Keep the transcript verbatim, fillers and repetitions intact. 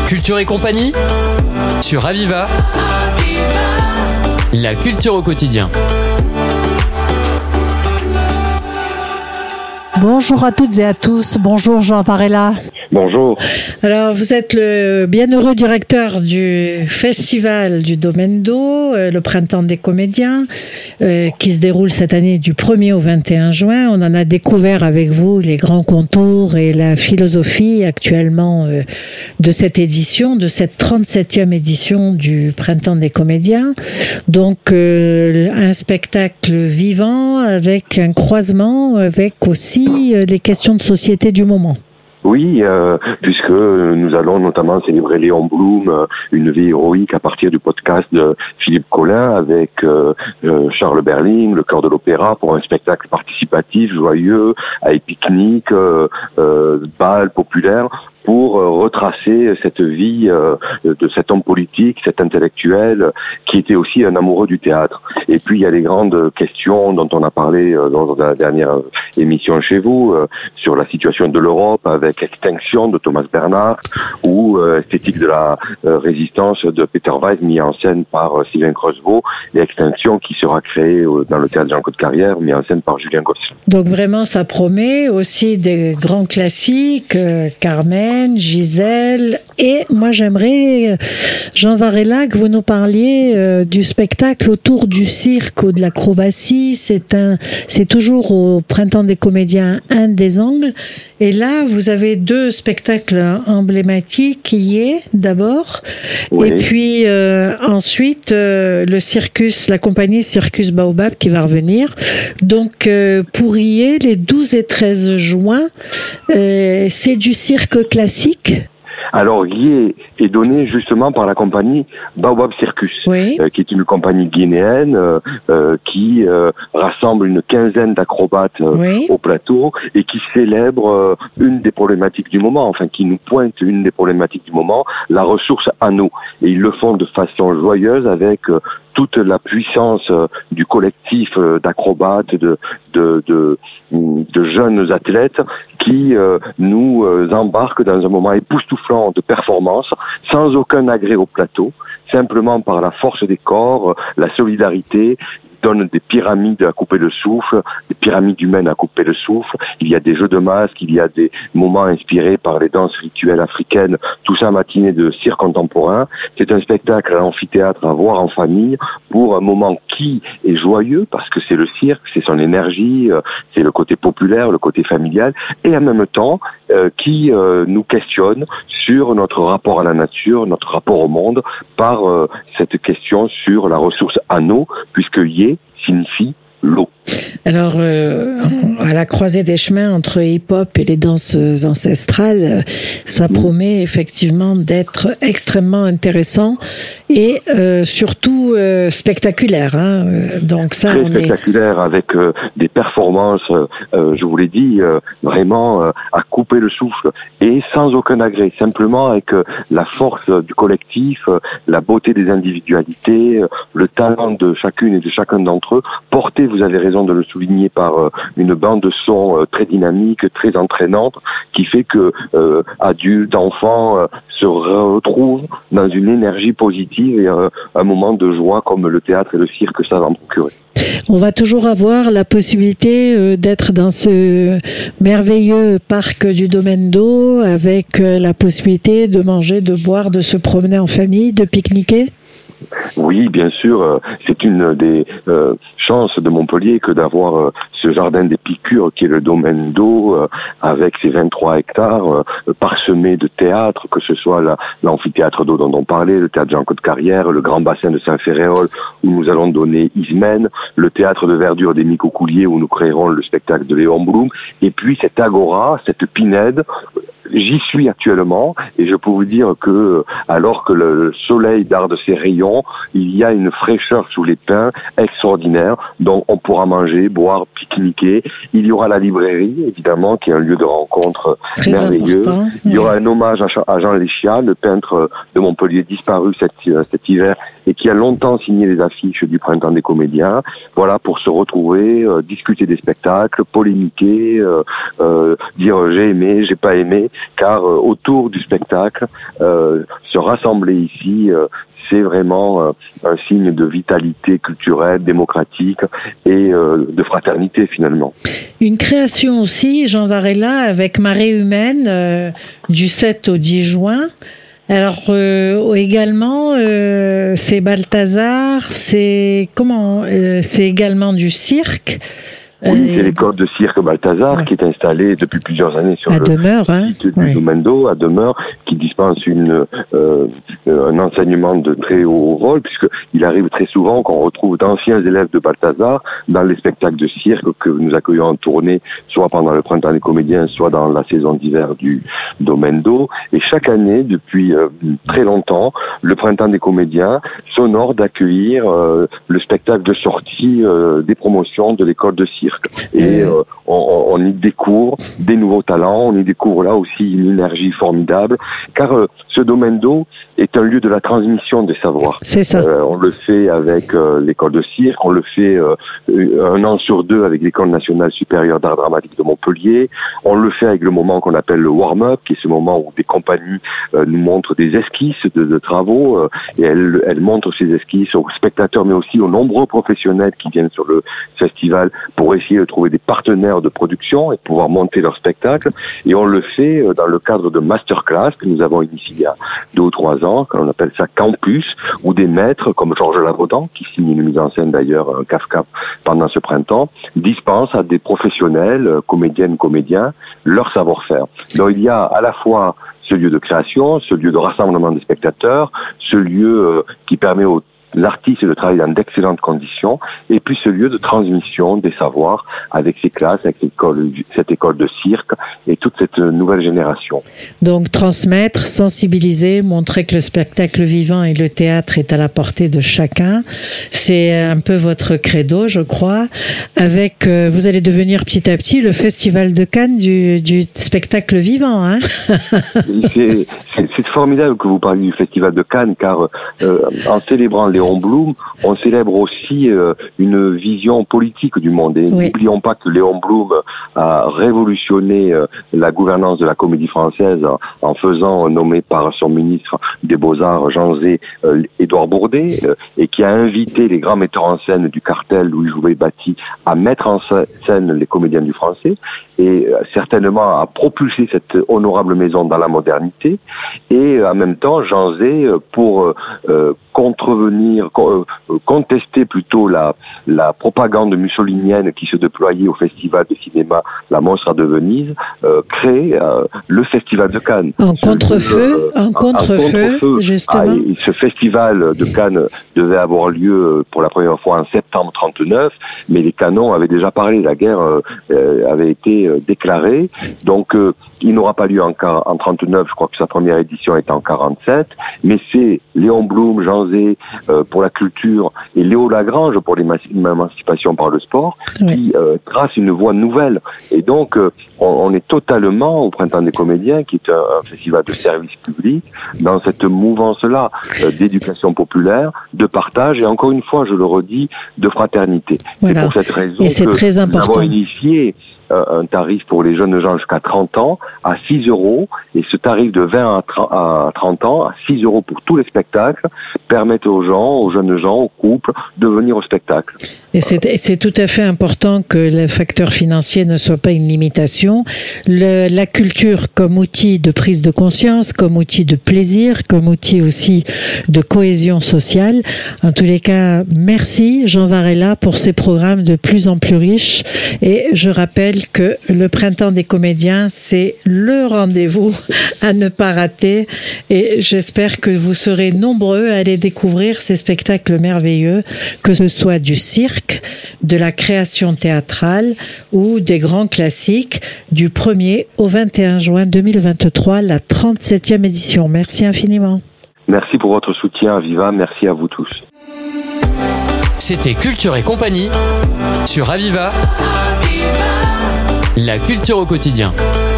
Culture et compagnie sur Aviva. La culture au quotidien. Bonjour à toutes et à tous. Bonjour Jean Varela. Bonjour. Alors, vous êtes le bienheureux directeur du festival du Domaine d'Eau, euh, le Printemps des comédiens, euh, qui se déroule cette année du premier au vingt et un juin. On en a découvert avec vous les grands contours et la philosophie actuellement euh, de cette édition, de cette trente-septième édition du Printemps des comédiens. Donc, euh, un spectacle vivant avec un croisement, avec aussi euh, les questions de société du moment. Oui, euh, puisque nous allons notamment célébrer Léon Blum, euh, une vie héroïque à partir du podcast de Philippe Collin avec euh, euh, Charles Berling, le Chœur de l'Opéra, pour un spectacle participatif, joyeux, avec pique-nique, euh, euh, bal populaire, pour euh, retracer cette vie euh, de cet homme politique, cet intellectuel, qui était aussi un amoureux du théâtre. Et puis il y a les grandes questions dont on a parlé euh, lors de la dernière émission chez vous, euh, sur la situation de l'Europe, avec Extinction de Thomas Bernhard, ou euh, Esthétique de la euh, résistance de Peter Weiss, mis en scène par euh, Sylvain Creusevaux, et Extinction qui sera créée euh, dans le théâtre Jean-Claude Carrière, mis en scène par Julien Gosselin. Donc vraiment, ça promet aussi des grands classiques, euh, Carmen, Gisèle, et moi j'aimerais, Jean Varela, que vous nous parliez euh, du spectacle autour du cirque ou de l'acrobatie. C'est un, c'est toujours au Printemps des comédiens un des angles. Et là, vous avez deux spectacles emblématiques qui est d'abord, oui. Et puis euh, ensuite euh, le circus, la compagnie Circus Baobab qui va revenir. Donc euh, pour y est, les douze et treize juin, euh, c'est du cirque classique. Alors, Guy est donné justement par la compagnie Baobab Circus, oui. euh, qui est une compagnie guinéenne euh, euh, qui euh, rassemble une quinzaine d'acrobates euh, oui. au plateau et qui célèbre euh, une des problématiques du moment, enfin qui nous pointe une des problématiques du moment, la ressource en eau. Et ils le font de façon joyeuse avec euh, toute la puissance euh, du collectif euh, d'acrobates, de, de, de, de jeunes athlètes qui euh, nous euh, embarquent dans un moment époustouflant de performance, sans aucun agrès au plateau, simplement par la force des corps, la solidarité, donne des pyramides à couper le souffle, des pyramides humaines à couper le souffle. Il y a des jeux de masques, il y a des moments inspirés par les danses rituelles africaines, tout ça matinée de cirque contemporain. C'est un spectacle à l'amphithéâtre à voir en famille pour un moment qui est joyeux parce que c'est le cirque, c'est son énergie, c'est le côté populaire, le côté familial, et en même temps euh, qui euh, nous questionne sur notre rapport à la nature, notre rapport au monde, par euh, cette question sur la ressource en eau, puisque y signifie l'eau. Alors, euh, à la croisée des chemins entre hip-hop et les danses ancestrales, ça promet effectivement d'être extrêmement intéressant et euh, surtout euh, spectaculaire. Hein. Donc ça, Très on spectaculaire est... avec euh, des performances, euh, je vous l'ai dit, euh, vraiment euh, à couper le souffle et sans aucun agrès, simplement avec euh, la force du collectif, euh, la beauté des individualités, euh, le talent de chacune et de chacun d'entre eux, porté, vous avez raison de le souligné par euh, une bande de son euh, très dynamique, très entraînante, qui fait que euh, adultes, enfants euh, se retrouvent dans une énergie positive et euh, un moment de joie comme le théâtre et le cirque savent en procurer. On va toujours avoir la possibilité euh, d'être dans ce merveilleux parc du Domaine d'Eau avec euh, la possibilité de manger, de boire, de se promener en famille, de pique-niquer. Oui, bien sûr, c'est une des euh, chances de Montpellier que d'avoir euh, ce jardin des piqûres qui est le Domaine d'Eau, euh, avec ses vingt-trois hectares euh, parsemés de théâtres, que ce soit la, l'amphithéâtre d'eau dont on parlait, le théâtre Jean-Claude Carrière, le grand bassin de Saint-Ferréol où nous allons donner Ismène, le théâtre de verdure des Micocouliers où nous créerons le spectacle de Léon Blum, et puis cette agora, cette pinède. J'y suis actuellement et je peux vous dire que alors que le soleil darde ses rayons, il y a une fraîcheur sous les pins extraordinaire, donc on pourra manger, boire, pique-niquer. Il y aura la librairie, évidemment, qui est un lieu de rencontre très merveilleux. Important, il y oui. aura un hommage à Jean Léchiat, le peintre de Montpellier disparu cet, cet hiver et qui a longtemps signé les affiches du Printemps des comédiens, voilà, pour se retrouver, euh, discuter des spectacles, polémiquer, euh, euh, dire j'ai aimé, j'ai pas aimé, car euh, autour du spectacle, euh, se rassembler ici, euh, c'est vraiment euh, un signe de vitalité culturelle, démocratique et euh, de fraternité finalement. Une création aussi, Jean Varela, avec Marée humaine, euh, du sept au dix juin. Alors euh, également, euh, c'est Balthazar, c'est comment euh, c'est également du cirque. Oui, c'est l'école de cirque Balthazar, ouais, qui est installée depuis plusieurs années sur à le demeure, hein, site du ouais. Domendo, à demeure, qui dispense une, euh, un enseignement de très haut vol, puisqu'il arrive très souvent qu'on retrouve d'anciens élèves de Balthazar dans les spectacles de cirque que nous accueillons en tournée, soit pendant le Printemps des comédiens, soit dans la saison d'hiver du Domendo. Et chaque année, depuis euh, très longtemps, le Printemps des comédiens s'honore d'accueillir euh, le spectacle de sortie euh, des promotions de l'école de cirque. Et euh, on, on y découvre des nouveaux talents, on y découvre là aussi une énergie formidable, car euh, ce Domendo est un lieu de la transmission des savoirs. C'est ça. Euh, on le fait avec euh, l'école de cirque, on le fait euh, un an sur deux avec l'école nationale supérieure d'art dramatique de Montpellier, on le fait avec le moment qu'on appelle le warm-up, qui est ce moment où des compagnies euh, nous montrent des esquisses de, de travaux, euh, et elles, elles montrent ces esquisses aux spectateurs, mais aussi aux nombreux professionnels qui viennent sur le festival pour essayer de trouver des partenaires de production et pouvoir monter leur spectacle. Et on le fait dans le cadre de masterclass que nous avons initié il y a deux ou trois ans, qu'on appelle ça Campus, où des maîtres comme Georges Lavaudan, qui signe une mise en scène d'ailleurs Kafka pendant ce printemps, dispensent à des professionnels, comédiennes, comédiens, leur savoir-faire. Donc il y a à la fois ce lieu de création, ce lieu de rassemblement des spectateurs, ce lieu euh, qui permet aux l'artiste de travailler dans d'excellentes conditions, et puis ce lieu de transmission des savoirs avec ses classes, avec l'école, cette école de cirque et toute cette nouvelle génération. Donc transmettre, sensibiliser, montrer que le spectacle vivant et le théâtre est à la portée de chacun, c'est un peu votre credo, je crois. Avec, euh, vous allez devenir petit à petit le festival de Cannes du, du spectacle vivant, hein. c'est, c'est, c'est formidable que vous parliez du festival de Cannes, car euh, en célébrant les Léon Blum, on célèbre aussi euh, une vision politique du monde. Et oui, n'oublions pas que Léon Blum a révolutionné euh, la gouvernance de la comédie française en, en faisant nommer par son ministre des Beaux-Arts, Jean Zay, euh, Édouard Bourdet, euh, et qui a invité les grands metteurs en scène du cartel Louis Jouvet-Bati à mettre en scène les comédiens du français, et euh, certainement à propulser cette honorable maison dans la modernité. Et euh, en même temps, Jean Zay, euh, pour euh, contrevenir, contester plutôt la, la propagande mussolinienne qui se déployait au festival de cinéma La Mostra de Venise, euh, crée euh, le festival de Cannes. En contre-feu, euh, en contre-feu, contre justement. Ah, ce festival de Cannes devait avoir lieu pour la première fois en septembre trente-neuf, mais les canons avaient déjà parlé, la guerre euh, avait été euh, déclarée, donc euh, il n'aura pas lieu en, en trente-neuf, je crois que sa première édition est en quarante-sept, mais c'est Léon Blum, Jean Zay euh, pour la culture et Léo Lagrange pour l'émancipation par le sport, oui, qui euh, trace une voie nouvelle. Et donc, euh, on, on est totalement au Printemps des comédiens, qui est un, un festival de service public, dans cette mouvance-là euh, d'éducation populaire, de partage et encore une fois, je le redis, de fraternité. Voilà. C'est pour cette raison et c'est que très important. Nous avons initié un tarif pour les jeunes gens jusqu'à trente ans à six euros, et ce tarif de vingt à trente ans à six euros pour tous les spectacles permettent aux gens, aux jeunes gens, aux couples de venir au spectacle. Et c'est, c'est tout à fait important que le facteur financier ne soit pas une limitation. Le, la culture comme outil de prise de conscience, comme outil de plaisir, comme outil aussi de cohésion sociale. En tous les cas, merci Jean Varela pour ces programmes de plus en plus riches. Et je rappelle que le Printemps des comédiens, c'est le rendez-vous à ne pas rater. Et j'espère que vous serez nombreux à aller découvrir ces spectacles merveilleux, que ce soit du cirque, de la création théâtrale ou des grands classiques, du premier au vingt et un juin deux mille vingt-trois, la trente-septième édition. Merci infiniment. Merci pour votre soutien à Viva, merci à vous tous. C'était Culture et compagnie sur Aviva, la culture au quotidien.